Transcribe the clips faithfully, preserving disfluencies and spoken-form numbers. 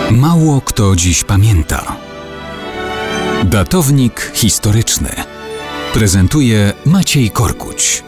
Mało kto dziś pamięta. Datownik historyczny prezentuje Maciej Korkuć.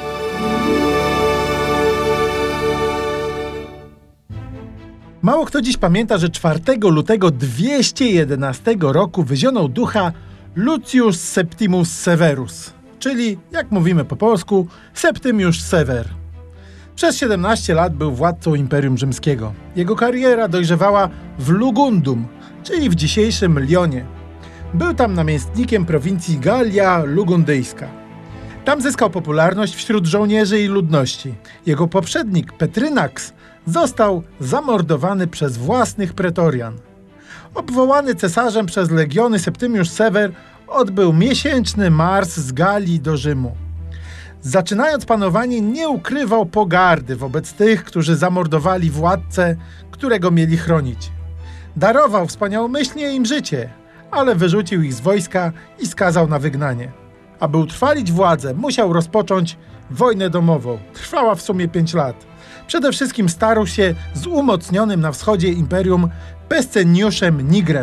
Mało kto dziś pamięta, że czwartego lutego dwieście jedenastego roku wyzionął ducha Lucius Septimus Severus, czyli, jak mówimy po polsku, Septymiusz Sewer. Przez siedemnaście lat był władcą Imperium Rzymskiego. Jego kariera dojrzewała w Lugundum, czyli w dzisiejszym Lyonie. Był tam namiestnikiem prowincji Gallia Lugundyjska. Tam zyskał popularność wśród żołnierzy i ludności. Jego poprzednik Petrynax został zamordowany przez własnych pretorian. Obwołany cesarzem przez legiony, Septymiusz Sewer odbył miesięczny mars z Galii do Rzymu. Zaczynając panowanie, nie ukrywał pogardy wobec tych, którzy zamordowali władcę, którego mieli chronić. Darował wspaniałomyślnie im życie, ale wyrzucił ich z wojska i skazał na wygnanie. Aby utrwalić władzę, musiał rozpocząć wojnę domową. Trwała w sumie pięć lat. Przede wszystkim starł się z umocnionym na wschodzie imperium Pescenniuszem Nigrem.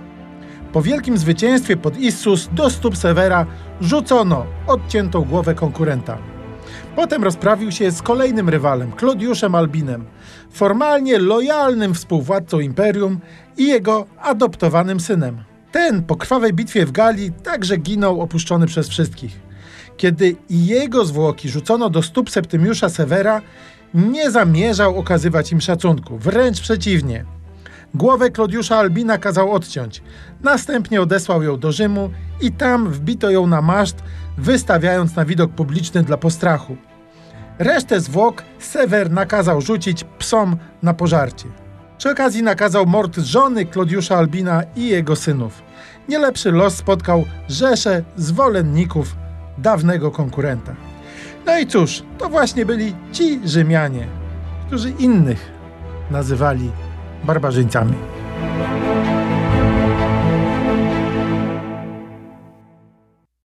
Po wielkim zwycięstwie pod Issus do stóp Severa rzucono odciętą głowę konkurenta. Potem rozprawił się z kolejnym rywalem, Clodiuszem Albinem, formalnie lojalnym współwładcą imperium i jego adoptowanym synem. Ten po krwawej bitwie w Galii także ginął opuszczony przez wszystkich. Kiedy i jego zwłoki rzucono do stóp Septymiusza Severa, nie zamierzał okazywać im szacunku, wręcz przeciwnie. Głowę Clodiusza Albina kazał odciąć, następnie odesłał ją do Rzymu i tam wbito ją na maszt, wystawiając na widok publiczny dla postrachu. Resztę zwłok Sewer nakazał rzucić psom na pożarcie. Przy okazji nakazał mord żony Clodiusza Albina i jego synów. Nie lepszy los spotkał rzeszę zwolenników dawnego konkurenta. No i cóż, to właśnie byli ci Rzymianie, którzy innych nazywali barbarzyńcami.